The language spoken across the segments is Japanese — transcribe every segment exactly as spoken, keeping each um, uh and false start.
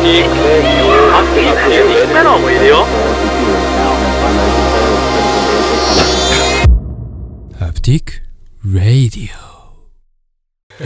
にはっきりとにきめの思い出よ。 ハプティック・ラディオ。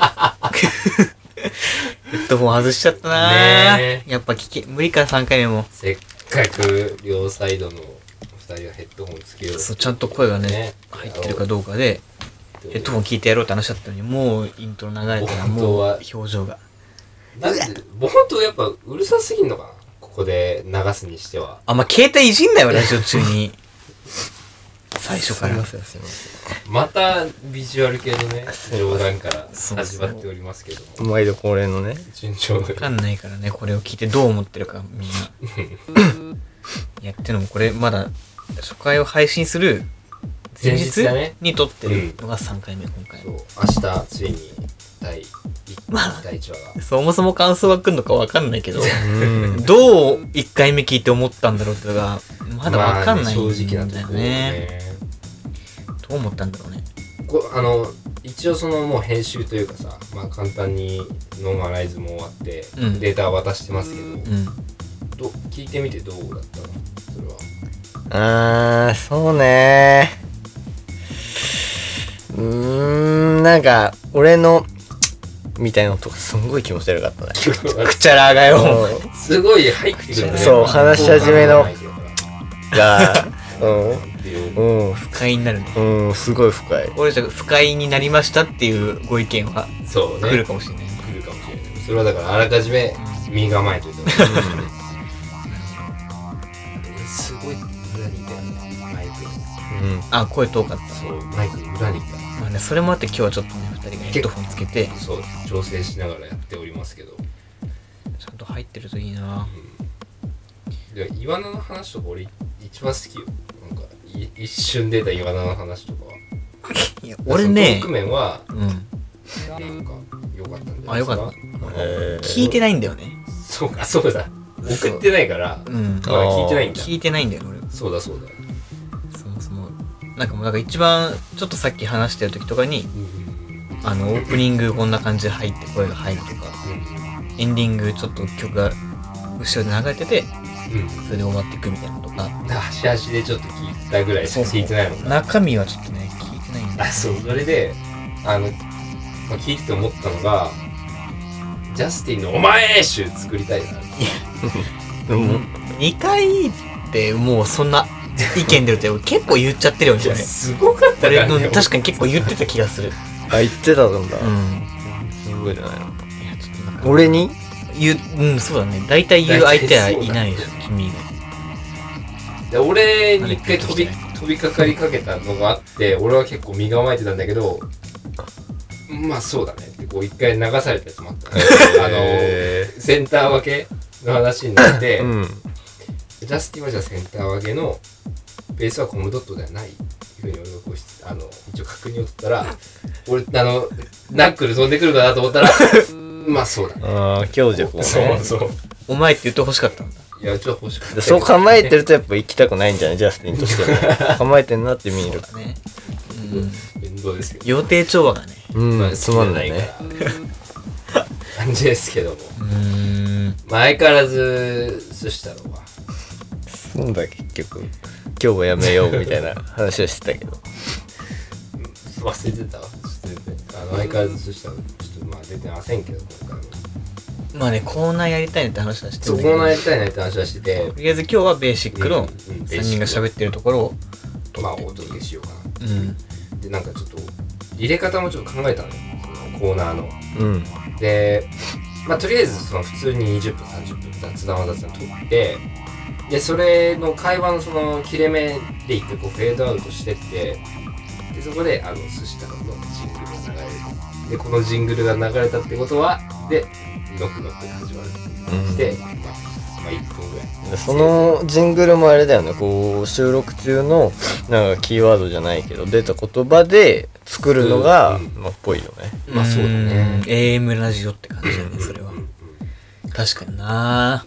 ヘッドホン外しちゃったなー、ね、やっぱ聞け無理かさんかいめも。 せっかく両サイドのふたりがヘッドホンつけよう。 そうちゃんと声が ね, ね入ってるかどうかでヘッドホン聞いてやろうって話だったのに、もうイントロ流れたらもう表情がなんで本当やっぱうるさすぎんのかな、ここで流すにしては。 あんま携帯いじんなよラジオ中に最初から。すいませんすいません。 またビジュアル系のね冗談から始まっておりますけども、 毎度恒例のね順調分かんないからね、これを聞いてどう思ってるかみんなやってのもこれまだ初回を配信する前日に撮ってるのがさんかいめ、今回。 そう明日ついに第いちわが、 そもそも感想が来るのか分かんないけどどういっかいめ聞いて思ったんだろうってのがまだ分かんないんだよね。 まあね、正直なところねどう思ったんだろうね。 こあの一応そのもう編集というかさ、まあ簡単にノーマライズも終わって、うん、データは渡してますけど、うん、ど聞いてみてどうだったのそれは。 あーそうねー、うーんなんか俺のみたいなのとかすんごい気持ち悪かったねくちゃらがよすごい入ってくるね。 そう話し始めのがうんうん、不快になるね。 うん、すごい不快。 俺じゃ不快になりましたっていうご意見はそうね来るかもしれない。 来るかもしれない。それはだからあらかじめ身構えといてもすごい裏にいたよねマイク。 うん。あ、声遠かった。 そうマイクの裏にいた。 まあね、それもあって今日はちょっとねふたりがヘッドホンつけてそう調整しながらやっておりますけど、 ちゃんと入ってるといいな。 うん、でイワナの話とか俺一番好きよ。なんか一瞬出たイワナの話とかは。 いや俺ねトーク面は、 うん、 なんか良かったんじゃないですか。 あ、良かった。聞いてないんだよね。 そうかそうだ。送ってないから、うん、だから聞いてないんだ。 聞いてないんだよ俺。 そうだそうだ。 そもそもなんかもうなんか一番ちょっとさっき話してる時とかに、うん、あのオープニングこんな感じで入って声が入るとか、うん、エンディングちょっと曲が後ろで流れてて、うん、それで終わっていくみたいなとか。 端々でちょっと聞いたぐらいしか聞いてないもんな。 中身はちょっとね聞いてないんだ。 あ、そう、それであの、まあ、聞いてて思ったのがジャスティンの「お前!」集作りたいな。いやにかいってもうそんな意見出るって結構言っちゃってるよね。 すごかったからね。 俺の確かに結構言ってた気がする。 あ、言ってたんだ。うん。すごいじゃないの。いやちょっとなんか俺に言う、うん、そうだね。大体言う相手はいないでしょ君が。 で俺に一回飛び飛びかかりかけたのがあって俺は結構身構えてたんだけど、まあそうだねってこう一回流されたやつもあったあのセンター分けの話になって、うん、ジャスティンはじゃあセンター分けのベースはコムドットではないっていうふうに俺がこうあの一応確認を取ったら俺あのナックル飛んでくるかなと思ったらまあそうだね。 ああ強弱をね。 そうそうお前って言ってほしかったんだ。 いやちょっと欲しかった。 そう構えてるとやっぱ行きたくないんじゃないジャスティンとしては構えてんなって見える。 そうだね。 うん面倒ですけど予定調和がねうんつまんないね感じですけども、うーんまあ相変わらず寿司太郎はそうだ結局今日はやめようみたいな話をしてたけど忘れてたわ。全然あの相変わらず寿司太郎ちょっとまあ出てませんけど今回もまあねコーナーやりたいねって話はしてるんだけど、そうコーナーやりたいねって話はしてて、 とりあえず今日はベーシックのさんにんが喋ってるところをまあお届けしようかな、うん、でなんかちょっと入れ方もちょっと考えたのよそのコーナーの、うん、でまあとりあえずその普通ににじゅっぷんさんじゅっぷん雑談を雑談取ってでそれの会話のその切れ目で一回こうフェードアウトしてってでそこであの寿司太郎のジングルが流れるでこのジングルが流れたってことはでノックノックで始まるってして、うん、まあ、まあいっぷんぐらいそのジングルもあれだよねこう収録中のなんかキーワードじゃないけど出た言葉で作るのが、うん、まあっぽいよね。 まあそうだね エーエム ラジオって感じだねそれは、うんうん、確かにな。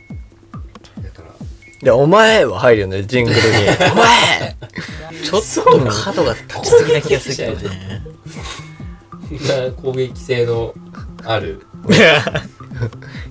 いやお前は入るよねジングルにお前ちょっと角が立ちすぎな気がするけどね攻撃性のある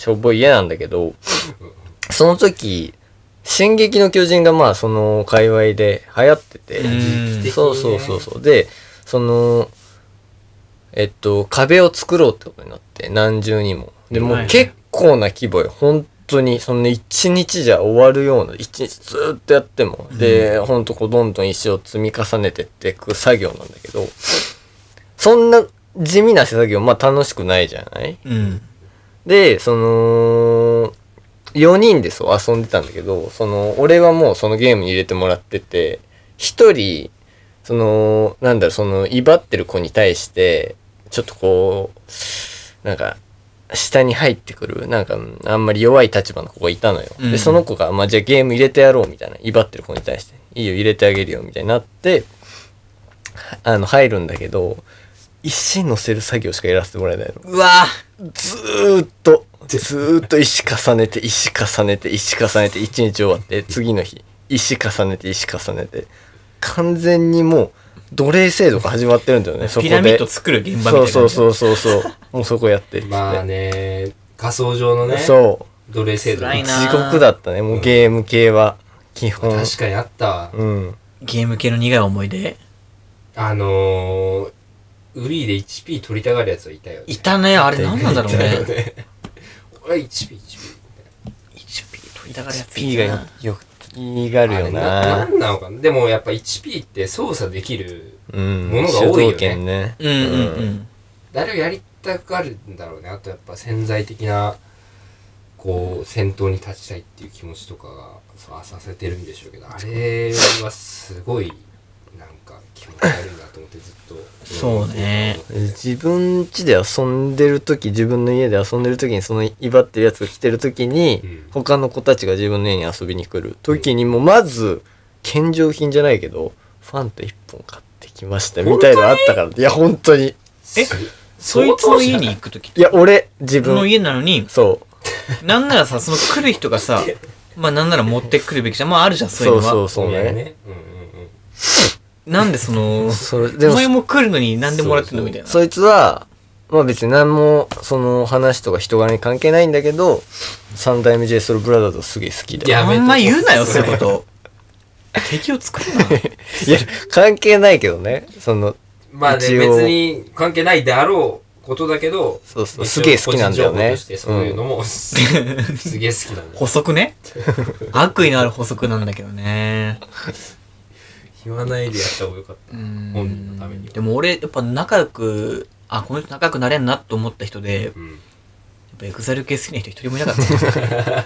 しょぼい家なんだけど、その時、進撃の巨人がまあその界隈で流行ってて、 うんそうそうそうそう。で、その、えっと、壁を作ろうってことになって、何重にも。で、もう結構な規模よ。本当に、その一日じゃ終わるような、一日ずーっとやっても。で、ほんとこう、どんどん石を積み重ねてっていく作業なんだけど、そんな地味な作業、まあ楽しくないじゃないうん。 で、その、よにんでそう遊んでたんだけど、その、俺はもうそのゲームに入れてもらってて、一人、その、なんだろう、その、威張ってる子に対して、ちょっとこう、なんか、下に入ってくる、なんか、あんまり弱い立場の子がいたのよ。 うんで、その子が、まあ、じゃあゲーム入れてやろうみたいな、威張ってる子に対して、いいよ、入れてあげるよ、みたいになって、あの、入るんだけど、石乗せる作業しかやらせてもらえないの。 うわずーっと、ずーっと石重ねて、石重ねて、石重ねて、一日終わって、次の日、石重ねて、石重ねて、完全にもう、奴隷制度が始まってるんだよね、そこで。 ピラミッド作る現場みたいな。 そうそうそうそうそう。もうそこやってっつって。 まあね、仮想上のね、 そ奴隷制度辛いなう。地獄だったね、もうゲーム系は。基本。 確かにあったわ。 うん。 ゲーム系の苦い思い出。 あのー、ウリーで いちピー 取りたがるやつはいたよね。 いたね、あれ何なんだろうね。 俺 いちピー、いちピー。 いちピー 取りたがるやつ P がよよく言いがるよあれな、 な。 なんなのかな。でもやっぱ いちピー って操作できる、 うん。 ものが多いよね主導権ね。 うんうんうん。 誰をやりたがるんだろうね。あとやっぱ潜在的な、こう、先頭に立ちたいっていう気持ちとかが、そうさせてるんでしょうけど、あれはすごい、なんか気持ち悪いなと思ってずっと。 そうね自分家で遊んでる時、自分の家で遊んでる時にその威張ってるやつが来てる時に、 うん他の子たちが自分の家に遊びに来る時にもまず献上品じゃないけどファンタいっぽん買ってきましたみたいなのあったから。いや本当に。 えそいつの家に行くときいや俺自分自分の家なのに、 そうなんならさ、その来る人がさ、まあなんなら持ってくるべきじゃん。まああるじゃん、そういうのは。 そうそうそうお土産ね。 ね。うんうんうん。 なんでその、 それでもお前も来るのになんでもらってんのみたいな。 そいつはまあ別に何もその話とか人柄に関係ないんだけど三代目 j ソ o ブラザーズすげえ好きで。 あやめとこんま言うなよ、そういうこと。敵を作るな。 いや関係ないけどねそのまあね、 一応別に関係ないであろうことだけど、 そうそう一応すげえ好きなんだよね個人情報としてそういうのも、すげえ好きなんだよ。 補足ね。悪意のある補足なんだけどね。 言わないでやった方がよかった。 うん本人のためには。 でも俺、やっぱ仲良く、あ、この人仲良くなれんなと思った人で、やっうん。 ぱエグザイル系好きな人一人もいなかった。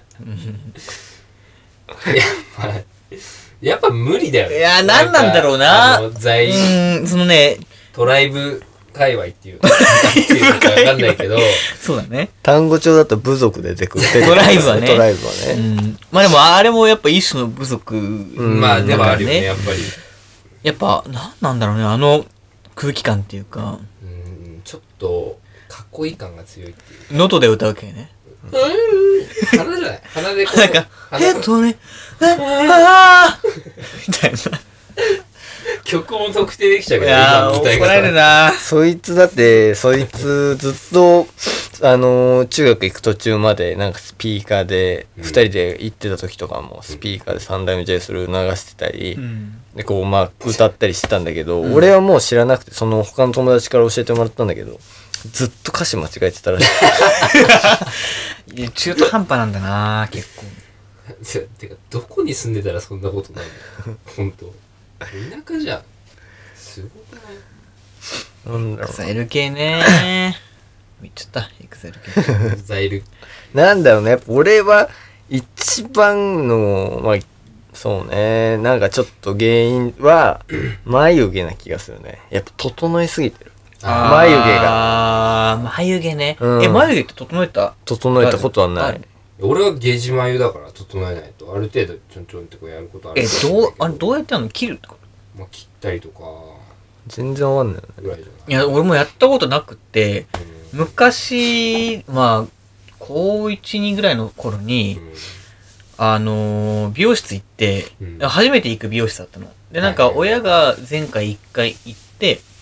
まあやっぱ無理だよね。 いやなんなんだろうなあの在、 うーん、そのね、 トライブ界隈っていうか、なんていうかわかんないけど、 そうだね。 単語帳だと部族で出てくる。 トライブはねトライブはうね。 ん。まあでもあれもやっぱ一種の部族、 んまあでもあるよね、 ねやっぱり。 やっぱ、なんなんだろうね、あの空気感っていうか、 うん、ちょっと、かっこいい感が強いっていう。 喉で歌う系ね。 鼻じゃない鼻でこう。 なんか、 鼻えっとね、えあーみたいな。 曲も特定できちゃうけど、 いやー、 今の怒歌い方られるなそいつだって、そいつずっと、あのー中学行く途中までなんかスピーカーで、 うん二人で行ってた時とかもスピーカーで三代目 j ソ o 流してたり、 うん。 でこうまあ歌ったりしてたんだけど、俺はもう知らなくて、その他の友達から教えてもらったんだけど、ずっと歌詞間違えてたらしい。 いや中途半端なんだな結構。 てか、どこに住んでたらそんなことないのほんと。田舎じゃん。すごくないなんだろエグザイル系ね言っちゃった、エグザイル系。 ザイル。 う。なんだろうね。やっぱ俺は一番の、まあ、そうね。なんかちょっと原因は、眉毛な気がするね。やっぱ整えすぎてる。 あー眉毛が。 あー、眉毛ね。 うんえ、眉毛って整えた整えたことはない。 俺はゲージ眉だから整えないと、ある程度ちょんちょんってこうやることあるえ、 かもしれないけどう、あれどうやってやるの？切るってこと？ まあ、切ったりとか、 全然わかんないよね。 ぐらいじゃないいや、俺もやったことなくって、 うん昔、まあ、高いち、にぐらいの頃に、あのー、美容室行って、 うん初めて行く美容室だったの。で、なんかはいはいはい親が前回一回行って、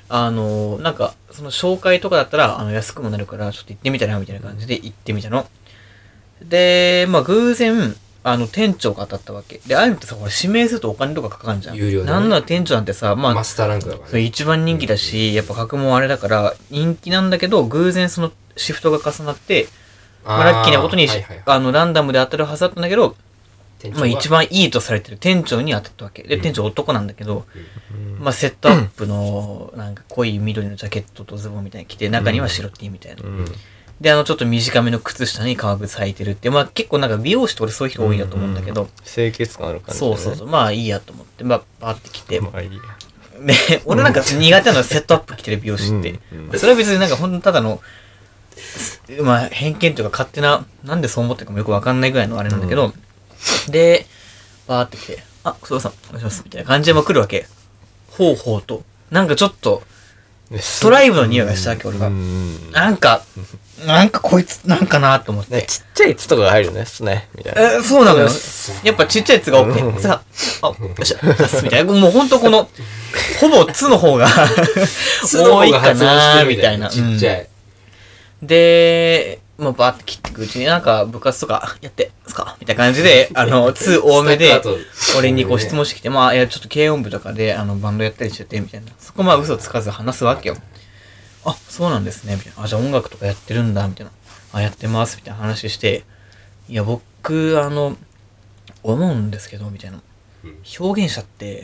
あの、なんか、その紹介とかだったら、あの、安くもなるから、ちょっと行ってみたら、みたいな感じで行ってみたの。で、まあ、偶然、あの、店長が当たったわけ。で、ああいうのってさ、ほら、指名するとお金とかかかんじゃん。 有料でねなんなら店長なんてさ、まあ、 マスターランクだからそれね。 一番人気だし、やっぱ格もあれだから、人気なんだけど、偶然そのシフトが重なって、まあ、ラッキーなことに、 はいはいはいあの、ランダムで当たるはずだったんだけど、まあ、 店長は一番いいとされてる店長に当たったわけ。で、 うん店長男なんだけど、まあ、セットアップの、なんか濃い緑のジャケットとズボンみたいに着て、中には白 T みたいな。 うんで、あの、ちょっと短めの靴下に革靴履いてるって、まあ、結構なんか美容師と俺そういう人多いなと思うんだけど、 清潔感ある感じ、ね、 そうそうそう、まあいいやと思って、まあ、バーって来て、 まあいいやで、俺なんか苦手なのはセットアップ着てる美容師って。 うんうんそれは別になんかほんとただの、まあ偏見というか勝手な、なんでそう思ってるかもよくわかんないぐらいのあれなんだけど、で、バーって来て、あ、草田さん、お願いします、みたいな感じでも来るわけ。ほうほうと。なんかちょっと、トライブの匂いがしたわけ、俺が。 うんなんか、なんかこいつ、なんかなと思って。 ねちっちゃい「つ」とかが入るね「すね」みたいなえ、そうなのよ。やっぱちっちゃいやつが多くて、さ、あ、よっしゃ、さすみたいな。もうほんとこの、ほぼつの方がつの多いか方が発音してなるみたいな。 みたいな。 ちっちゃい。 うんで、もうバーって切っていくうちになんか部活とかやってますかみたいな感じで、あの、つ多めでスタックアウト、 俺にこう質問してきて、まあ、いや、ちょっと軽音部とかで、あの、バンドやったりしてて、みたいな。そこまあ嘘つかず話すわけよ。あ、そうなんですね、みたいな。あ、じゃあ音楽とかやってるんだ、みたいな。あ、やってます、みたいな話して、いや、僕、あの、思うんですけど、みたいな。表現者って、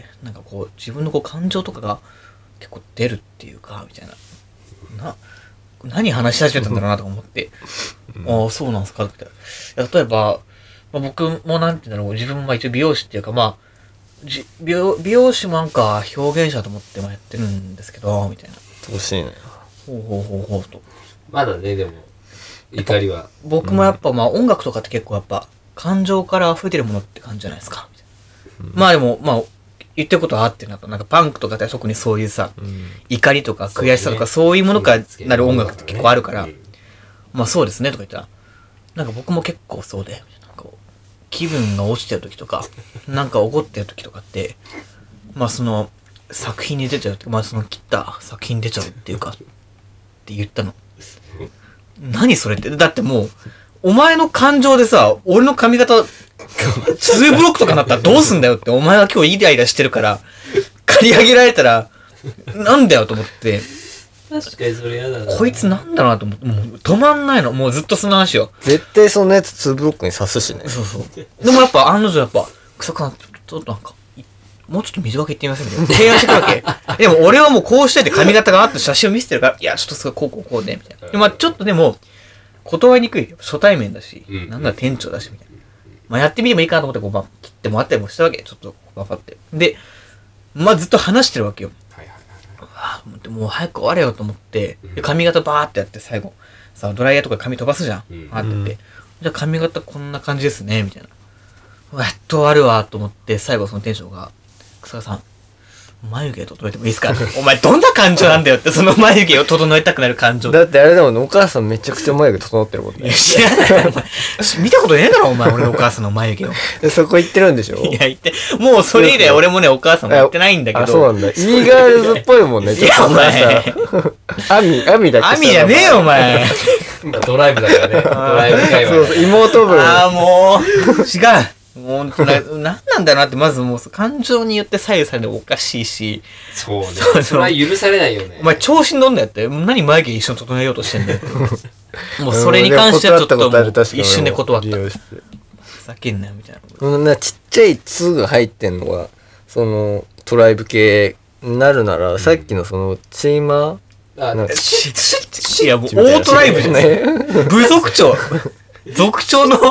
なんかこう、自分のこう感情とかが結構出るっていうか、みたいな。な、何話し始めたんだろうなとか思って、ああ、そうなんすかって言ったら。例えば、まあ、僕もなんて言うんだろう、自分もまあ一応美容師っていうか、まあ、じ美容美容師もなんか表現者と思ってまあやってるんですけど、みたいな。 欲しいねほうほうほうほうと。 まだね、でも、怒りは。 僕もやっぱまあ音楽とかって結構やっぱ感情から溢れてるものって感じじゃないですか。みたいなまあでも、まあ、言ってることはあってなんか、なんかパンクとかって特にそういうさ、 うん怒りとか悔しさとかそうねそういうものからなる音楽って結構あるから、 うんまあそうですねとか言ったら、なんか僕も結構そうで、なんか気分が落ちてる時とか、なんか怒ってる時とかって、まあその作品に出ちゃうって、まあその切った作品に出ちゃうっていうか、って言ったの。何それって。だってもう、お前の感情でさ、俺の髪型、ツーブロックとかなったらどうすんだよって、お前は今日イライラしてるから、刈り上げられたら、なんだよと思って、 確かにそれ嫌だな。 こいつなんだろうなと思って、もう止まんないの。もうずっとその話よ。 絶対そんなやつツーブロックに刺すしねそうそう。でもやっぱ案の定やっぱ、草くん、ちょちょっとなんか、いもうちょっと短く言ってみませんみたいな。提案してくるわけ。でも俺はもうこうしてて髪型があって写真を見せてるから、いや、ちょっとすごいこうこうこうで、みたいな。でまあちょっとでも、断りにくい。初対面だし、 うんなんなら店長だし、みたいな。まあやってみればいいかなと思って、こう、まあ、切ってもらったりもしたわけ。ちょっと、バファって。で、まあずっと話してるわけよ。 はいはいはい。 ああ、思ってもう早く終われよと思って、で髪型バーってやって最後、さ、ドライヤーとか髪飛ばすじゃん。 うんあってやって。じゃあ髪型こんな感じですね、みたいな。うわやっと終わるわと思って、最後その店長が、草田さん、眉毛整えてもいいですかお前どんな感情なんだよって、その眉毛を整えたくなる感情。 だってあれでもお母さんめちゃくちゃ眉毛整ってるもんねいや、知らないよ、お前。見たことねえだろ、お前、俺のお母さんの眉毛を。 でそこ行ってるんでしょいや、言って、もうそれ以来俺もね、お母さんも言ってないんだけど。 あそうなんだ E ガールズっぽいもんねちょっといやさアミアミだっけアミじゃねえよ、お前。 まあドライブだからね。ドライブ界隈。 そうそう妹分ああ、もう、違う。もう、な、なんなんだろうなって、まずもう、感情によって左右されるのおかしいし、 そうね。 そうそうそれは許されないよね。 お前調子に乗んなよって、何眉毛一緒に整えようとしてんだよ。もうそれに関してはちょっともう一瞬で断った。ふざけんなよ、みたいな。 そんなちっちゃい「つ」が入ってんのがそのトライブ系になるなら、さっきのそのチーマーあなんかいや、もう、オートライブじゃん。 ね部族長。族長の、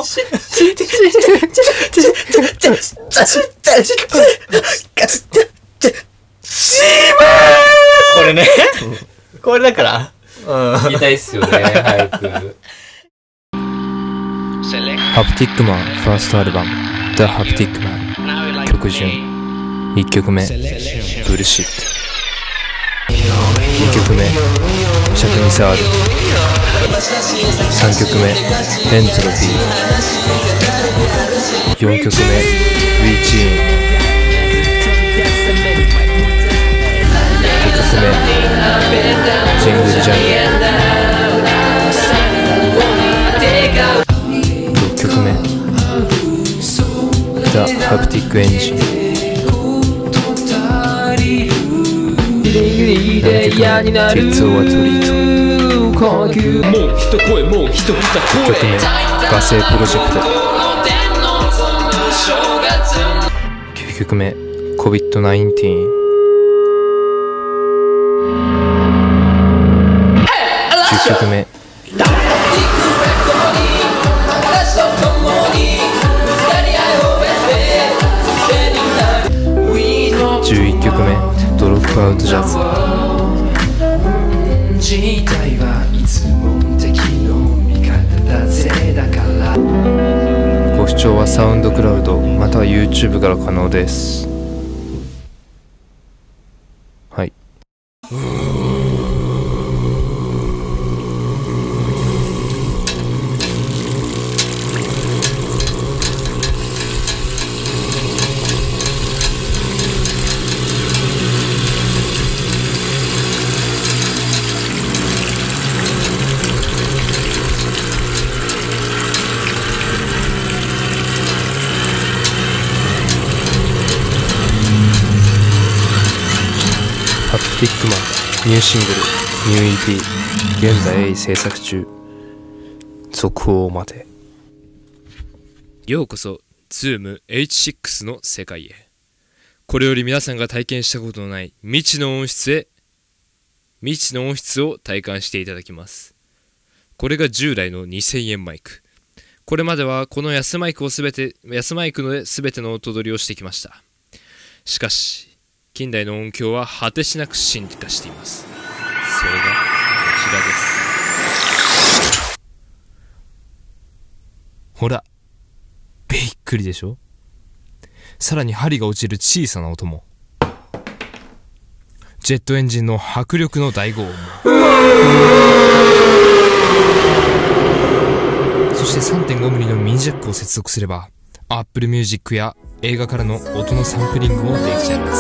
これね。これだから。うん。 聞きたいっすよね、早く。 ハプティックマンファーストアルバム The Haptic Man 曲順いっきょくめブルシットにきょくめシャクミサールさんきょくめエントロピーよんきょくめウィーチーンごきょくめハプティックエンジンななきょくめ鉄オアトリートいっきょくめガセプロジェクトきゅうきょくめ コビッドナインティーン じゅっきょくめじゅういっきょくめドロップアウトジャズご視聴はサウンドクラウドまたは YouTube から可能です。はい。ハプティックマンニューシングルニュー イーピー 現在制作中。続報を待て。ようこそ ズームエイチシックス の世界へ。これより皆さんが体験したことのない未知の音質へ未知の音質を体感していただきます。これが従来のにせんえんマイク。これまではこの安マイクをすべて安マイクのすべての音取りをしてきました。しかし近代の音響は果てしなく進化しています。それがこちらです。ほら、びっくりでしょ。さらに針が落ちる小さな音も、ジェットエンジンの迫力の大轟音も、そして さんてんごミリ のミニジャックを接続すれば Apple Music や映画からの音のサンプリングもできちゃいます。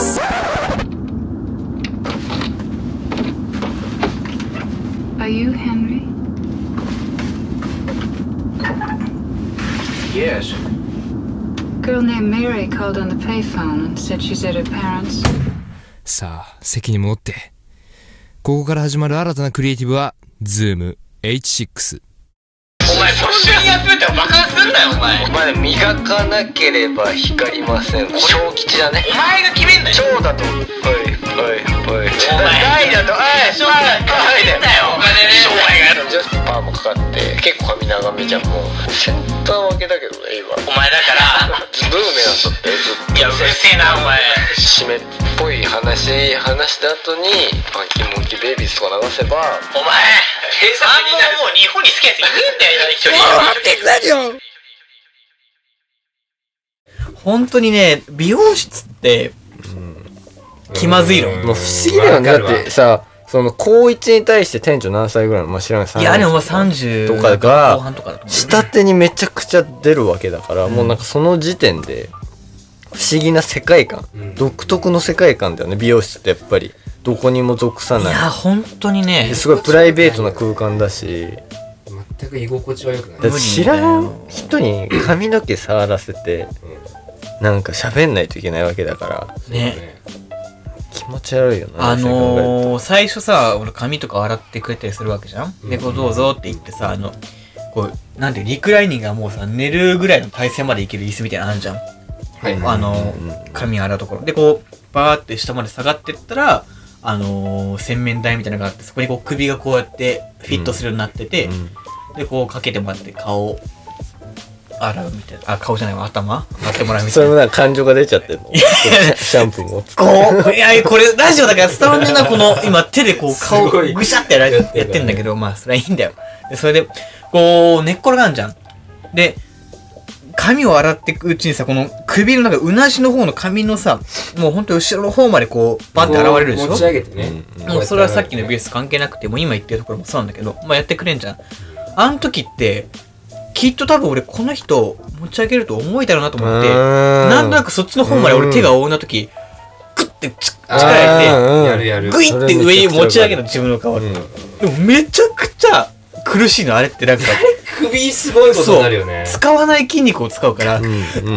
Are you Henry? Yes. Girl named Mary called on the payphone and said she's at her parents'. さあ、席に戻って。ここから始まる新たなクリエイティブは ズームエイチシックス。 お前そんなにやってたらバカすんなよお前。 お前磨かなければ光りません。小吉だね。 お前が決めんだよ。 長だとはいはいはい。 お前大だとあい小だ大だよ。お前ね小がやる。 ジャストパーもかかって結構髪長めじゃん。もうセンター分けだけどね今。 お前だからブーメランだってずっと。 いやうるせえなお前。 締めっぽい話話した後にファンキーモンキーベイビーズとか流せば。 お前警察になる。もう日本に好きなやついねえんだよ一人。 本当にね、美容室って気まずいの。 もう不思議だよね。だってさ、その高いちに対して店長何歳ぐらいの、まあ、知らない。 いやでもさんじゅうとかが後半とかだと思う。 下手にめちゃくちゃ出るわけだから、うん、もうなんかその時点で不思議な世界観、うん、独特の世界観だよね。美容室ってやっぱりどこにも属さない。 いや本当にね、 すごいプライベートな空間だし。 全く居心地は良くない。 だって知らん人に髪の毛触らせて、うん、なんか喋んないといけないわけだからね。 気持ち悪いよな。 あのー、最初さ、俺髪とか洗ってくれたりするわけじゃん、うん、でこうどうぞって言ってさ、あのこうなんてリクライニングがもうさ寝るぐらいの体勢までいける椅子みたいなのあるじゃん、はい、あのー、髪洗うところでこうバーって下まで下がってったらあのー、洗面台みたいなのがあって、そこにこう首がこうやってフィットするようになってて、うん、でこうかけてもらって顔洗うみたいな。あ、顔じゃないわ、頭洗ってもらうみたいな。 それもなんか感情が出ちゃってるの。シャンプーもこういやこれラジオだから伝わんねえな。この今手でこう顔ぐしゃってやらやってんだけど、まあそれはいいんだよ。でそれでこう寝っ転がんじゃん。で髪を洗っていくうちにさ、この首のなんかうなじの方の髪のさ、もうほんと後ろの方までこうバンって現れるでしょ。 持ち上げてね、 もうそれはさっきのベース関係なくて、もう今言ってるところもそうなんだけど、まあやってくれんじゃん。あの時ってきっと多分俺この人持ち上げると重いだろうなと思って、なんとなくそっちの方まで俺手が覆うな時グッて力入れてグイって上に持ち上げるの、自分の顔で。でもめちゃくちゃ苦しいのあれって。なんか首すごいことになるよね。 使わない筋肉を使うから、グッ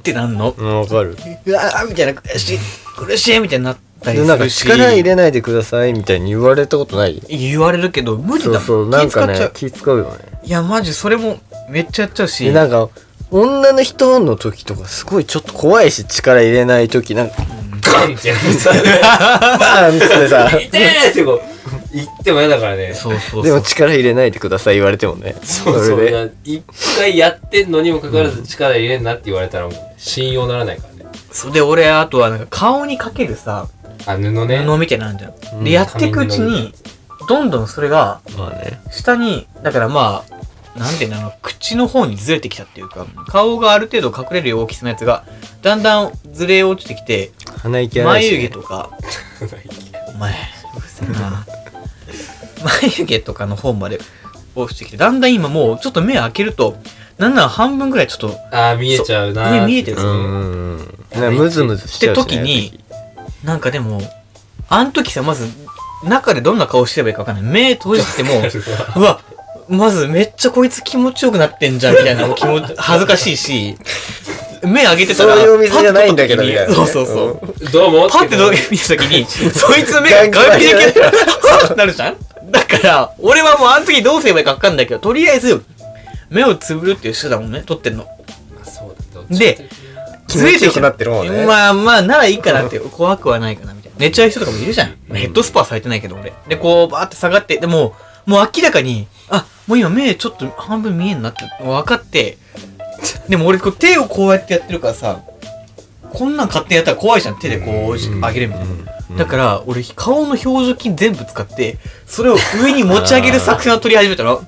ってなんの。 うんわかる。 うわーみたいな、苦しい苦しいみたいになったりですなんかるし、 力入れないでくださいみたいに言われたことない？ 言われるけど無理だもん。 そうそうなんかね気使っちゃう。 気使うよね。 いやマジそれもめっちゃやっちゃうし、 でなんか女の人の時とかすごいちょっと怖いし、力入れない時なんかバンってやってさバーンってさ痛えってこう言っても嫌だからね。 そうそうそう。 でも力入れないでください言われてもね。 そうそうれでな一回やってんのにもかかわらず力入れんなって言われたらもう信用ならないからね。 それで俺あとはなんか顔にかけるさあ、布ね。 布みたいなのあんじゃん、 うんでやっていくうちにどんどんそれがまあね。 下にだからまあなんていうの口の方にずれてきたっていうか、顔がある程度隠れる大きさのやつがだんだんずれ落ちてきて、 鼻息荒いし、ね、 眉毛とかお前うるせえな眉毛とかの方まで落ちてきて、だんだん今もうちょっと目開けるとなんなら半分ぐらいちょっとあー見えちゃうなー。 上見えてるんですよ、 うんうんうん。なんかムズムズしちゃうし、ね、 って時になんかでもあん時さ、まず中でどんな顔してればいいか分かんない。目閉じてもうわまずめっちゃこいつ気持ちよくなってんじゃんみたいな気持ち恥ずかしいし、目上げてたらそういうお店じゃないんだけどパッみたいなねそうそうそう、 どうもパッてどう見た時にそいつの目がガン見でけたらはっなるじゃん。だから俺はもうあの時どうすればいいか分かんないけど、とりあえず目をつぶるっていう手段をね取ってんのそうだどっちで気持ちよくなってるもんね。 まあまあならいいかなって怖くはないかなみたいな。寝ちゃう人とかもいるじゃん、まあヘッドスパはされてないけど俺でこうバーって下がって、でももう明らかにあもう今目ちょっと半分見えんなって分かって、でも俺こう手をこうやってやってるからさ、こんなん勝手にやったら怖いじゃん、手でこう上げるみたいな。だから俺顔の表情筋全部使ってそれを上に持ち上げる作戦を取り始めたの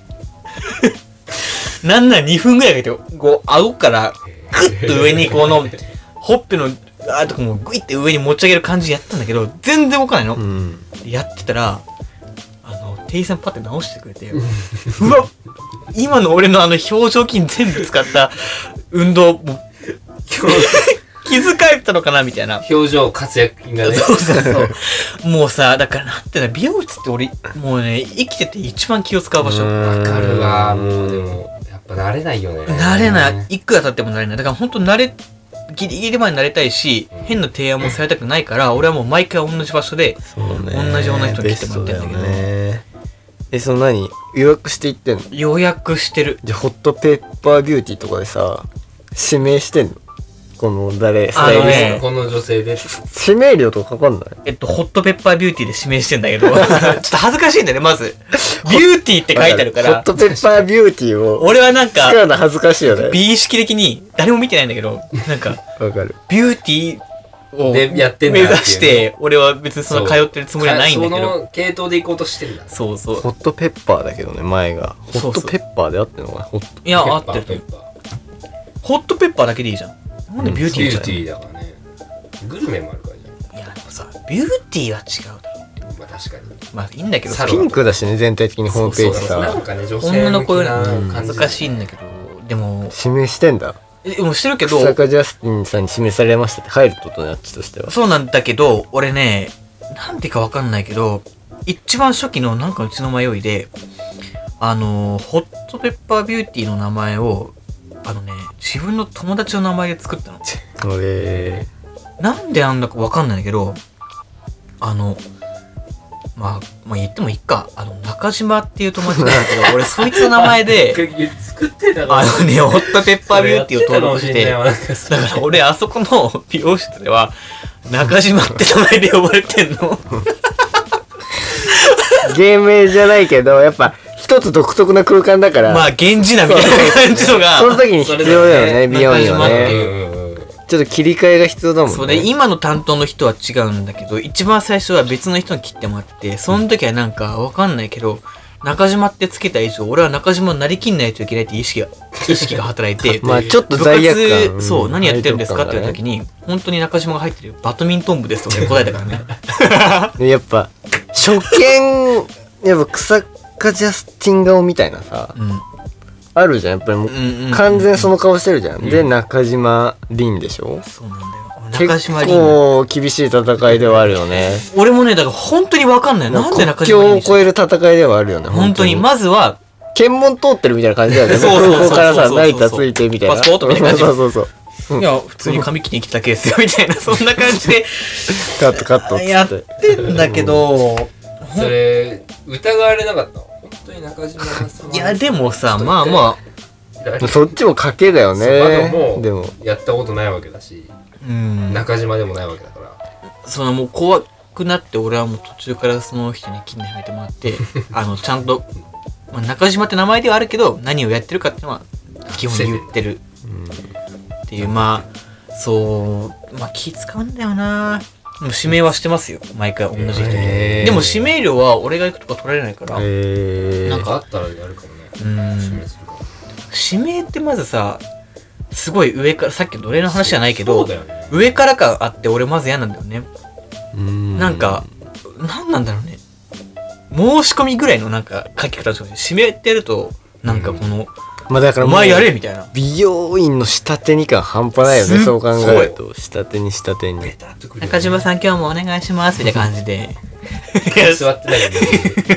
なんならにふんぐらいかけてこう顎からグッと上にこのほっぺのあーとかもうグイって上に持ち上げる感じやったんだけど全然動かないの、 うん。 やってたらあの店員さんパッて直してくれてうわ今の俺のあの表情筋全部使った運動もう気づかれたのかなみたいな。 表情活躍筋がね。 そうそうそうもうさだからなんていうの美容室って俺もうね生きてて一番気を使う場所。 わかるわ。もうでもやっぱ慣れないよね。 慣れないいくら経っても慣れない。だから本当慣れギリギリまで慣れたいし、変な提案もされたくないから俺はもう毎回同じ場所でそうね。 同じような人に来てもらってんだけどベストよね。え、その何予約していってんの？ 予約してる。 じゃあホットペッパービューティーとかでさ指名してんの？この誰スタイリスあのねこの女性で。 ト指名料とかかかんない？ えっと、ホットペッパービューティーで指名してんだけど、ちょっと恥ずかしいんだよね、まず。ビューティーって書いてあるからホッ、トペッパービューティーを俺はなんか、 使うの恥ずかしいよね。 美意識的に、誰も見てないんだけど、なんか、 わかる。 ビューティーをでやってんだ目なっていう指して、俺は別にその通ってるつもりはないんだけそど、 の系統で行こうとしてんだ。 そうそう。 ホットペッパーだけどね、前が。 そうそうホットペッパーで合ってんのかな？ホット。 いや、 ペッ合ってると思う。 パーペッパーホットペッパーだけでいいじゃん。なんでビューティービューじゃないティーだからね。グルメもあるからじいや、でもさ、ビューティーは違うだろ。 ゃん。まあ確かに。 まあいいんだけどサロピンクだしね、全体的にホームページそうそうさ。 なんかね、女性女の子より向きな感じ。 難しいんだけど、でも、 指名してんだ。 えでもしてるけど、 草加ジャスティンさんに指名されましたって入るってことね、あっちとしては。 そうなんだけど、俺ね、なんていうかわかんないけど、一番初期のなんかうちの迷いで、あのー、ホットペッパービューティーの名前を、あのね、自分の友達の名前で作ったの。 えなんでなんだかわかんないんだけど、あの、まあ、まあ言ってもいいか。あの、中島っていう友達なんだけど、俺そいつの名前で、 作ってたあのね、ホットペッパービューティーを登録して、 だだから俺あそこの美容室では、中島って名前で呼ばれてんの。 ー、芸名じゃないけど、やっぱ一つ独特な空間だから、 まあ、源氏名みたいな感じのが。 その時に必要だよね、美容院は中島ってね。 いうちょっと切り替えが必要だもんね。 そうで、今の担当の人は違うんだけど、一番最初は別の人に切ってもらって、その時はなんかわかんないけど、中島ってつけた以上、俺は中島になりきんないといけないって意識が、意識が働いて、 まあちょっと罪悪感。 部活そう、何やってるんですかって言った時に。 に、本当に中島が入ってるバドミントン部ですとかで答えたからね。 でやっぱ、初見、やっぱ草加ジャスティン顔みたいなさ、 うん。 あるじゃん。やっぱりもううんうんうん完全その顔してるじゃん。で、中島凛でしょ？ そうなんだよ。中島結凛。 構厳しい戦いではあるよね。 俺もね、だから本当にわかんない。なんで中国境を島凛にした越える戦いではあるよね。 本当に、まずは、 検問通ってるみたいな感じだよね。 そうそうそうそう空港からさ、 そう成田ついてみたいな。 パスポートみたいな感じそうそうそう。 いや普通に髪切りに来たケースよみたいなそんな感じでカットカットっつってやってんだけどそれ疑われなかったの？本当に中島さん。 いやでもさまあまあそっちも賭けだよそうね。 もでもやったことないわけだし、 うん中島でもないわけだから。 そのもう怖くなって俺はもう途中からその人に切りに入ってもらってあのちゃんと、まあ、中島って名前ではあるけど何をやってるかっていうのは基本言ってるっていうまあそうまあ気使うんだよな。でも指名はしてますよ毎回同じ人に。 へーでも指名料は俺が行くとか取られないから、 へなんかなんかあったらやるかもね。 うん指名するかも。 指名ってまずさすごい上からさっきの奴隷の話じゃないけど、 そうだよね。 上からかあって俺まず嫌なんだよね。 ーなんかなんなんだろうね申し込みぐらいのなんか書き方として指名ってやるとなんかこの、 まあだからもうお前やれみたいな美容院の下手に感半端ないよね。 すっごいそう考えると下手に下手に。 ベタっとくるよね。 中島さん今日もお願いしますみたいな感じで座ってないよね。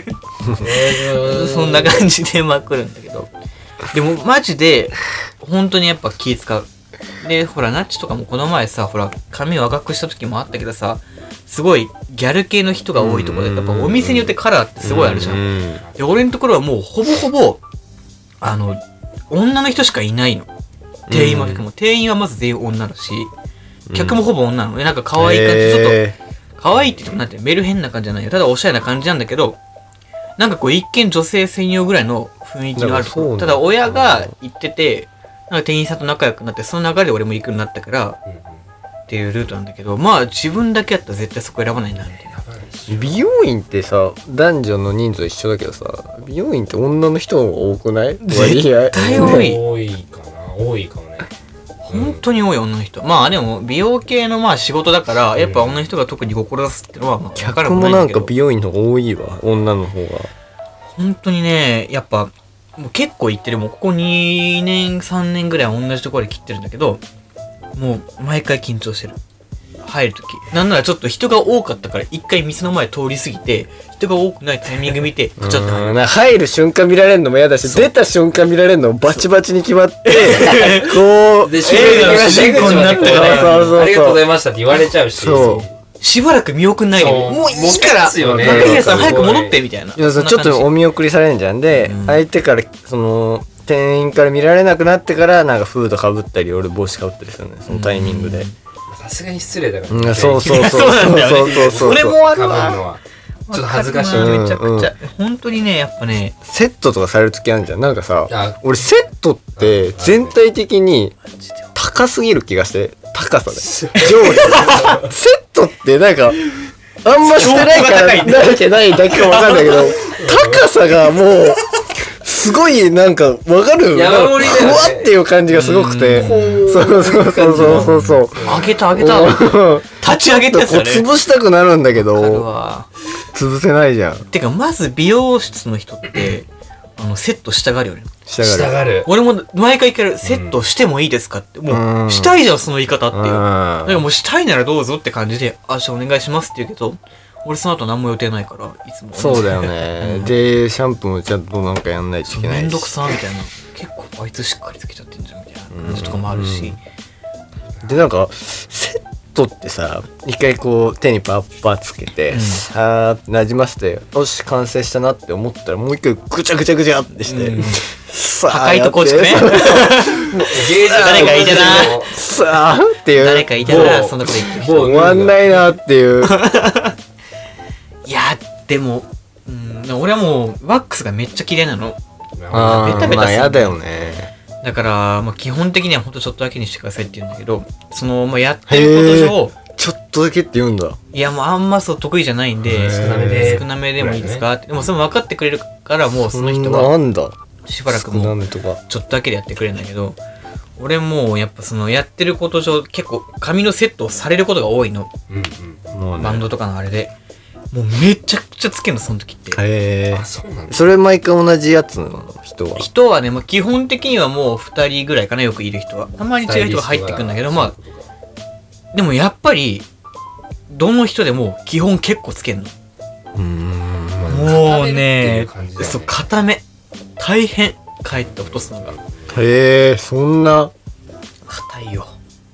そんな感じでまくるんだけどでもマジで本当にやっぱ気使う。でほらナッチとかもこの前さほら髪を赤くした時もあったけどさすごいギャル系の人が多いところでやっぱお店によってカラーってすごいあるじゃん。 うんで俺のところはもうほぼほぼあの女の人しかいないの。店員は客も店員はまず全員女だし客もほぼ女なの。でなんか可愛い感じちょっへと可愛いって言ってもなんてメルヘンな感じじゃないよ。ただおしゃれな感じなんだけどなんかこう一見女性専用ぐらいの雰囲気のあるところ。 なんかそうなんだただ親が行っててなんか店員さんと仲良くなってその流れで俺も行くようになったからっていうルートなんだけどまあ自分だけやったら絶対そこ選ばないなみたいな。 ー美容院ってさ男女の人数一緒だけどさ美容院って女の人の方が多くない？ 絶対多い多いかな。多いかもね。 本当に多い女の人。まあでも美容系のまあ仕事だからやっぱ女の人が特に志すってのはまあ分かる客ももないんだけどなんか美容院の方が多いわ。女の方が。 本当にねやっぱもう結構行ってるもうここにねんさんねんぐらい同じところで切ってるんだけどもう毎回緊張してる入るとき。なんならちょっと人が多かったから一回店の前通り過ぎて人が多くないタイミング見てくちゃって入る。 うんなんか入る瞬間見られるのも嫌だし出た瞬間見られるのもバチバチに決まってこうで、 映画の主人公になったからそうそうそうありがとうございましたって言われちゃうし。 そうしばらく見送んないでそうもういいからもうよね中平さんすごい早く戻ってみたいな。 いやそうちょっとお見送りされるんじゃんで、 うん相手からその店員から見られなくなってからなんかフードかぶったり俺帽子かぶったりするねそのタイミングで、 さすがに失礼だからうんね。 そうそういやそうそうなんだよねそうそうそうそれもあるかぶるわのは。ちょっと恥ずかしい。 わるなめちゃくちゃ、 う本当にねやっぱねセットとかされる時あるじゃんなんかさあ俺セットって全体的に高すぎる気がして高さで上下セットってなんかあんましてないから慣れてないだけかわかんないけど高さがもうすごいなんかわかる山盛りだよねふわっていう感じがすごくてそうそうそうそうそうそう上げた上げた立ち上げたやつだね。 潰したくなるんだけわかるどわ潰せないじゃんてかまず美容室の人ってあのセットしたがるよね。 したがるしたがる。 俺も毎回聞かれるセットしてもいいですかってもううんしたいじゃんその言い方っていう。だあからもうしたいならどうぞって感じであじゃあお願いしますって言うけど俺その後何も予定ないからいつもそうだよね、 うんでシャンプーもちゃんとなんかやんないといけないしそうめんどくさみたいな結構あいつしっかりつけちゃってんじゃんみたいな感じとかもあるし、 でなんかセットってさ一回こう手にパッパーつけて、 うんあーってなじませてよし完成したなって思ったらもう一回ぐちゃぐちゃぐちゃってして、 うんさあ破壊と構築ねゲージ誰かいたなさあっていう誰かいたらそんなこと言ってる人終わんないなっていういやでも、うん、俺はもうワックスがめっちゃ綺麗なのあベタベタするーまあやだよねだから、まあ、基本的にはほんとちょっとだけにしてくださいって言うんだけどその、まあ、やってること上ちょっとだけって言うんだいやもうあんまそう得意じゃないんでへー少なめで少なめでもいいですかってでもそれも分かってくれるからもうその人なはんだしばらく少もうなめとかちょっとだけでやってくれるんだけど俺もうやっぱそのやってること上結構髪のセットをされることが多いのうんうん。 もうねバンドとかのあれでもうめちゃくちゃつけるのその時ってへえあ、そうなんだ。 それ毎回同じやつの人は人はね、まあ、基本的にはもうふたりぐらいかなよくいる人はたまに違う人が入ってくるんだけどまあでもやっぱりどの人でも基本結構つけんのうーんもうね固めるっていう感じだよねそう固め大変帰って落とすのがへえそんな硬いよ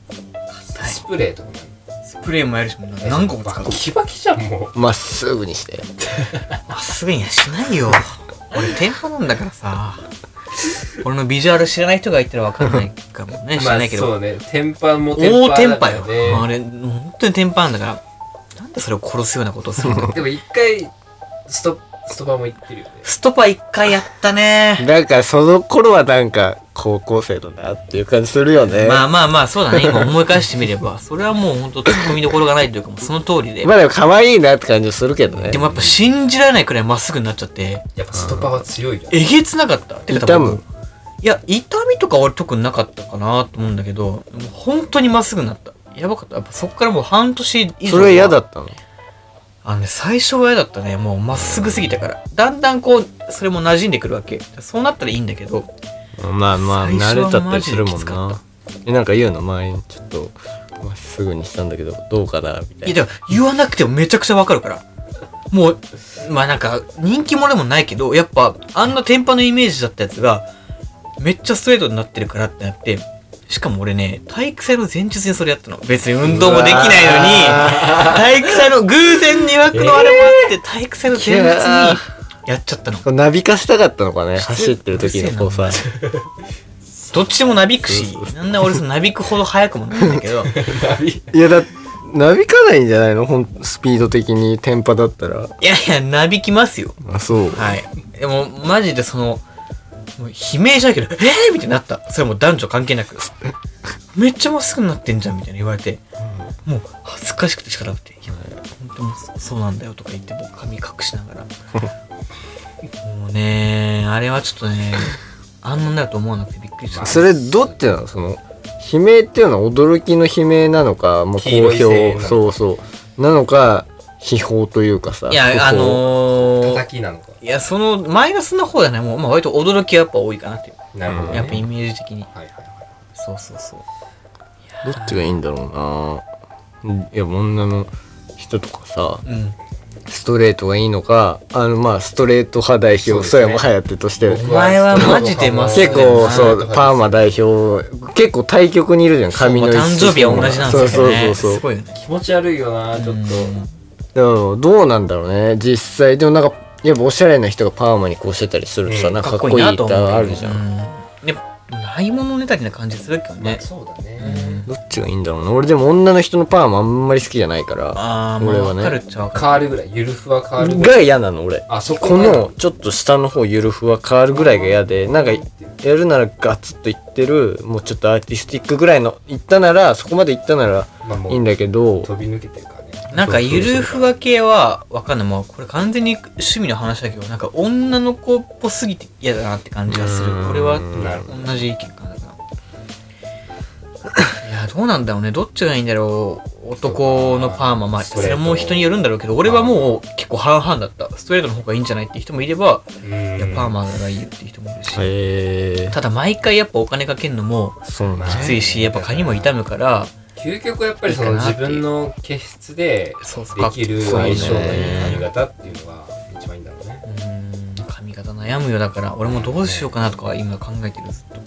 プレーとかもスプレーもやるしも何個も使う。 バキバキじゃんもまっすぐにしてまっすぐにはしないよ。俺天パなんだからさ。俺のビジュアル知らない人がいたらわかんないかもね。 う。 知らないけど。 まあそうね、天パも天大パ天パよ。 だからね。 あれ、本当に天パなんだから。なんでそれを殺すようなことをするの？ でも一回ストストパも言ってるよね。 ストパ一回やったね。 なんかその頃はなんか高校生だなっていう感じするよね。 まあまあまあ、そうだね。今思い返してみれば。それはもう本当突っ込みどころがないというか、もうその通りで。 まあでも可愛いなって感じするけどね。 でもやっぱ信じられないくらいまっすぐになっちゃって、 やっぱストパは強いよ。 えげつなかった。てか多分痛む。 いや、痛みとか俺特になかったかなと思うんだけど、もう本当にまっすぐになった。やばかった。やっぱそこからもう半年以上。 それは嫌だったの？ あのね、最初は嫌だったね。もうまっすぐすぎたから。だんだんこう、それも馴染んでくるわけ。そうなったらいいんだけど。 まあまあ最初は慣れちゃったりするもんマジできつかっな。え、なんか言うの前にちょっとまっすぐにしたんだけどどうかなみたいな。 いや、でも言わなくてもめちゃくちゃわかるから。もう、まあなんか、人気者でもないけど、やっぱ、あんなテンパのイメージだったやつが、めっちゃストレートになってるからってなって、しかも俺ね、体育祭の前日にそれやったの。別に運動もできないのに、体育祭の偶然に枠のあれもあって、体育祭の前日にやっちゃったの。 これなびかしたかったのかね、走ってる時のこうさ。 どっちでもなびくし、なんだ俺そのなびくほど速くもないんだけど、 いやだなびかないんじゃないの、ほんスピード的にテンパだったら。 いやいや、なびきますよ。 あ、そう。 はい。でも、マジでその、もう悲鳴じゃないけど、えーみたいになった。それはもう男女関係なく。めっちゃまっすぐになってんじゃんみたいな言われて、もう恥ずかしくて仕方なくて、いや、本当もうそうなんだよとか言って、もう髪隠しながら。もうね、あれはちょっとね、あんなになると思わなくてびっくりした。 それどっちなの、その悲鳴っていうのは驚きの悲鳴なのか、もう好黄色い声援な評、 のそうそうなのか、秘宝というかさ。 いや、あのー、 叩きなのか。 いや、その、マイナスな方だね、もう、まあ割と驚きはやっぱ多いかなっていう。 なるほどね。 やっぱイメージ的に。 はいはいはい。 そうそうそう。 どっちがいいんだろうな。いや、女の人とかさ、 うん。 ストレートがいいのか、あのまあストレート派代表、 そうですねそれも流行ってるとして、 お前はマジでまっすぐ結だよな構そうパーマ代表結構対極にいるじゃん、髪のそう誕生日は同じなんですよね。 そうそうそうすごいよね。 気持ち悪いよな、ちょっと。 そう。どうなんだろうね実際。でもなんかやっぱおしゃれな人がパーマにこうしてたりするとさ、 うんなんかかっこいいってなと思う。 あるじゃん、 うん。でも、ないものねだりな感じするけどね。 そうだね。 どっちがいいんだろうな。俺でも女の人のパーマあんまり好きじゃないから、 ああ、まあ、 俺はねわかるっちゃわかる。 変わるぐらい、ゆるふわ変わるぐらい。 が嫌なの俺。 あ、そここのちょっと下の方ゆるふわ変わるぐらいが嫌で、なんかやるならガツッといってる、もうちょっとアーティスティックぐらいのいったなら、そこまでいったならまあもういいんだけど、 飛び抜けてるからね。 なんかゆるふわ系はわかんない。もうこれ完全に趣味の話だけど、なんか女の子っぽすぎて嫌だなって感じがする。 うんこれはなるほど同じ意見かな。いや、どうなんだろうね。どっちがいいんだろう。男のパーマ。まあ、それも人によるんだろうけど、俺はもう結構半々だった。ストレートの方がいいんじゃないっていう人もいれば、 うん。 いや、パーマがいいよっていう人もいるし。 へえただ毎回やっぱお金かけるのもそうなんだ。 きついし、やっぱ髪も痛むから、 究極はやっぱりその自分の毛質でそうそうできるかっこいいね相性がいい髪型っていうのが一番いいんだろうね。 うーん、髪型悩むよ。だから俺もどうしようかなとか今考えてるずっと。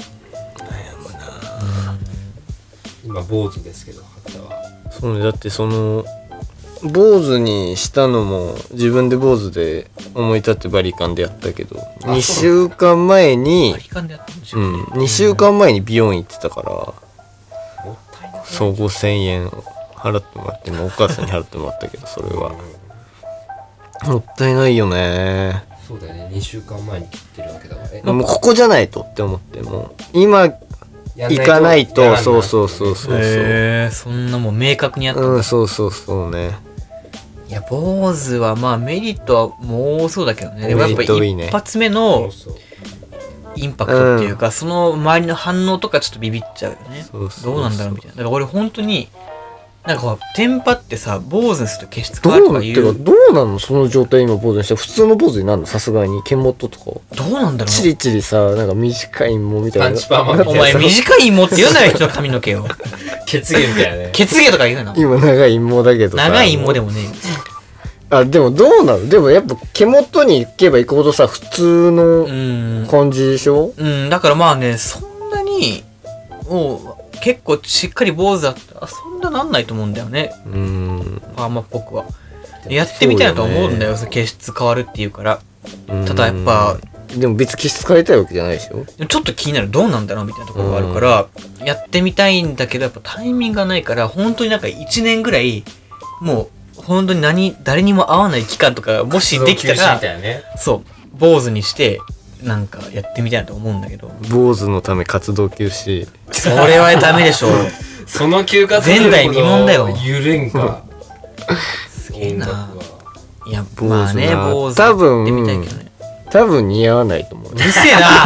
今坊主ですけど、博多は。 そうね。だってその坊主にしたのも自分で坊主で思い立ってバリカンでやったけど、 あにしゅうかんまえにバリカンでやったの自う分で。 んにしゅうかんまえに美容院行ってたから、 もったいない。 そうごせんえん払ってもらって、もうお母さんに払ってもらったけど、それはもったいないよね。 そうだよね。にしゅうかんまえに切ってるわけだからね。 もうここじゃないとって思って、もう今行かないと、そうそうそうそうそう、 へえ、そんなもう明確にやったんだ。 うん、そうそうそうね。 いや、坊主はまあメリットはもう多そうだけどね。でもやっぱメリットいいね一発目そのうそう。 インパクトっていうか、その周りの反応とかちょっとビビっちゃうよね。 そうそうそうどうなんだろうみたいな。だから俺本当に、なんかほら、テンパってさ、坊主にすると毛質ど変わるとうなってかか言う。 どうなんのその状態今坊主にして、普通の坊主になるの、さすがに毛元とかどうなんだろうチリチリさ、なんか短いもみたいなパンチパーマみたいなお前短い芋って言うなよ、人の髪の毛を。 血毛みたいなね。 血毛とか言うの。 今長い芋だけどさ、 長い芋でもね。 あ、でもどうなの。でもやっぱ毛元に行けば行くほどさ、普通うのん。 感じでしょ。 うん、だからまあね、そんなに、もう、 結構しっかり坊主だったらそんななんないと思うんだよね、 うーんパーマっぽくは。やってみたいなと思うんだよ、毛質変わるっていうから。ただやっぱでも別に気質変えたいわけじゃないでしょ。 ちょっと気になる、どうなんだろうみたいなところがあるから、やってみたいんだけどやっぱタイミングがないから、本当になんかいちねんぐらいもう本当に何誰にも会わない期間とかもしできたら、 ね、 そう坊主にしてなんかやってみたいなと思うんだけど、 坊主のため活動休止。 それはダメでしょその休暇前代未聞だよ。 ゆるんかすげえな。いや坊主なまあね、坊主多分やってみたいけどね。 多分似合わないと思う。 うるせえな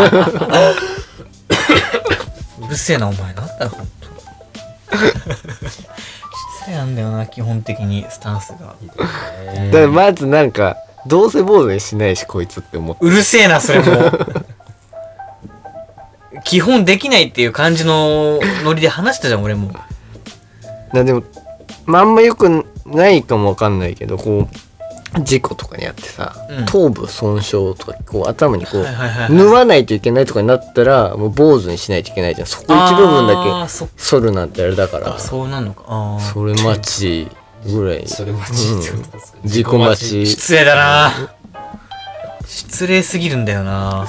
うるせえなお前、なんだよほんと失礼なんだよな、基本的にスタンスが。 だからまずなんかどうせ坊主にしないしこいつって思って。 うるせえなそれも基本できないっていう感じのノリで話したじゃん俺も。 だでもまああんまよくないかもわかんないけど、こう事故とかにあってさ、 うん、 頭部損傷とかこう頭にこう、 はいはいはいはい、 縫わないといけないとかになったらもう坊主にしないといけないじゃん。そこ一部分だけ剃るなんてあれだから。 そうなんのか。あそれ待ちぐらい。 それ待ちってことですか、 うん、自己待ち。 失礼だな失礼すぎるんだよな。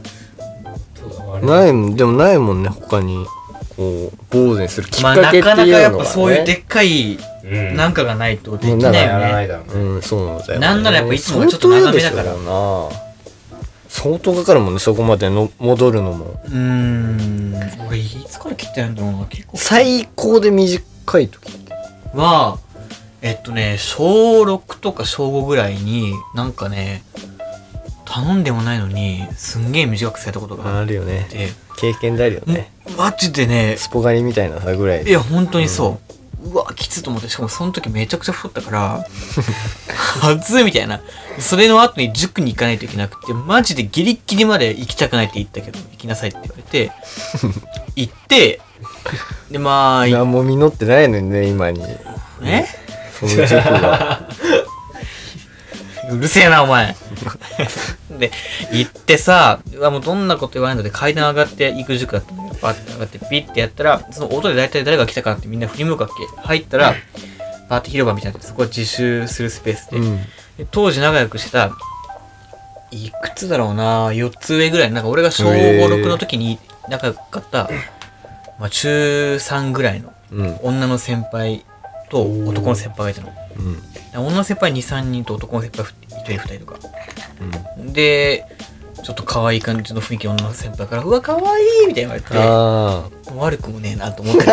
ないもん、でもないもんね他にこう坊主にするきっかけっていうのが、ね、まあ、なかなかやっぱそういうでっかいなんかがないとできないよね。 うん、そうなんだよ、ね。 なんならやっぱいつもちょっと長めだから。 相当かかるもんね、そこまでの戻るのも。 うーん。俺いつから切ってないんだろうな、結構。 最高で短い時は、えっとね、しょうろくとかしょうごぐらいに、なんかね、頼んでもないのに、すんげえ短くされたことがあって。 あるよね。経験であるよね。 マジでね、 スポガニみたいなさぐらい。 いや、本当にそう。うんうわきついと思って、しかもその時めちゃくちゃ太ったからはずいみたいな。それの後に塾に行かないといけなくて、マジでギリッギリまで行きたくないって言ったけど行きなさいって言われて行って、でまあ何も実ってないのにね今に。 えその塾がうるせえなお前で行ってさ、うわもうどんなこと言わないので階段上がって行く塾だったんだけど、バッて上がってピッてやったら、その音で大体誰が来たかってみんな振り向くわけ。入ったらバーって広場みたいな、そこは自習するスペースで、うん、で当時仲良くしてたいくつだろうなよっつ上ぐらい、なんか俺が小ごろくの時に仲良かった、まあ、中さんぐらいの女の先輩と男の先輩がいたの、うん、女の先輩にさんにんと男の先輩ひとりふたりとか、うん、でちょっと可愛い感じの雰囲気の女の先輩から「うわ可愛い!」みたいな言われて、悪くもねえなと思って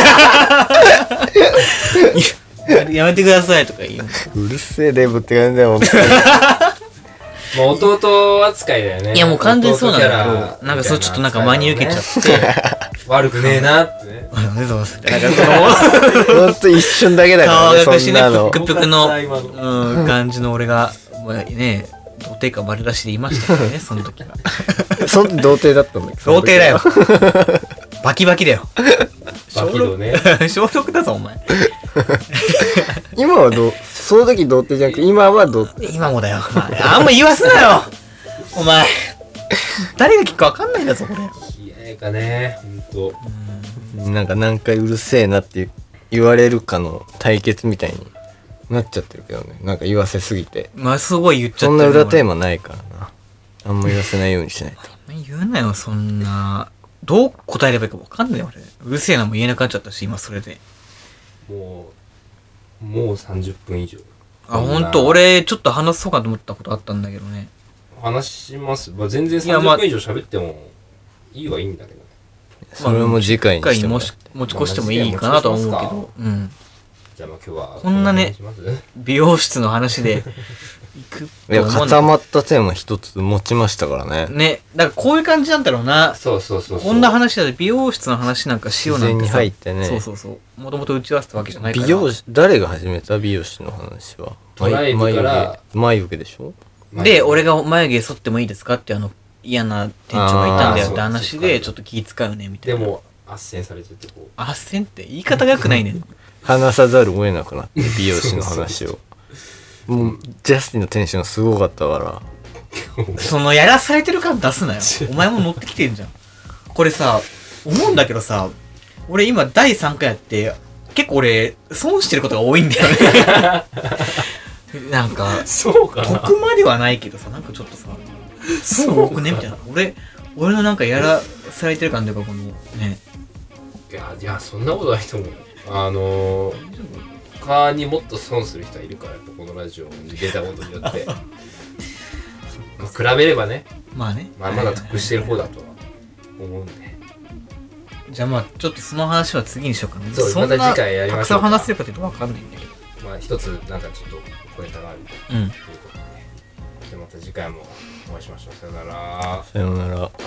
やめてくださいとか言う。 うるせえデブって感じだよもう弟扱いだよね。 いやもう完全にそうなんだけど、なんかそうちょっとなんか真に受けちゃって悪くねえなってね。 なんかそのほんと一瞬だけだからね、顔隠しね、プクプクの、うん、感じの俺がね、童貞か丸出しでいましたからね、その時は。 その時童貞だったんだけど。 童貞だよ。バキバキだよ。 バキドね。 小ろくだぞお前。 今はどう、その時童貞じゃなくて今は童貞。 今もだよ。あんま言わすなよお前。誰が聞くか分かんないんだぞこれ。 いやかね、ほんと。なんか何回うるせえなって言われるかの対決みたいになっちゃってるけどね。なんか言わせすぎて。 まあすごい言っちゃってる。 そんな裏テーマないからな。あんま言わせないようにしないと。 言うなよそんな。どう答えればいいか分かんないよ俺。うるせえなも言えなくなっちゃったし今それで。 もうもうさんじゅっぷん以上。 あほんと俺ちょっと話そうかと思ったことあったんだけどね。 話します。まあ、全然さんじゅっぷん以上喋ってもいいはいいんだけどね。 それも次回にしても持ち越してもいいかなとは思うけど、うん。 じゃあまあ今日はこんなね美容室の話で行くいや固まったテーマ一つ持ちましたからね。 ね、だからこういう感じなんだろうな。 そうそうそうそう。 こんな話だと美容室の話なんかしようなんてさ。 自然に入ってね。 そうそうそう。もともと打ち合わせたわけじゃないから。 美容師誰が始めた美容師の話は。 ドライブから眉毛でしょ。 で俺が眉毛剃ってもいいですかってあの嫌な店長がいたんだよって話でちょっと気使うねみたいな。 でも斡旋されててこう。 斡旋って言い方が良くないね。 話さざるを得なくなって美容師の話を。もうジャスティンのテンションすごかったから。 そのやらされてる感出すなよ。お前も乗ってきてんじゃん。これさ思うんだけどさ、 俺今だいさんかいやって結構俺損してることが多いんだよねなんかそうかな。 得まではないけどさ、なんかちょっとさ損多くねみたいな、俺俺のなんかやらされてる感というかこのね、 いやいやそんなことないと思う。あのー、他にもっと損する人はいるから、やっぱこのラジオに出たことによってまあ比べればね、 まあね、 まあ、まだ得してる方だとは思うんで、 じゃあまあちょっとその話は次にしようかな。 そうそんなまた次回やりましょうか。 たくさん話せるかというと分かんないんだけど、 まあ一つなんかちょっとポイントがあるとうんいうことで、じゃあまた次回もお会いしましょう。さよなら。 さようなら。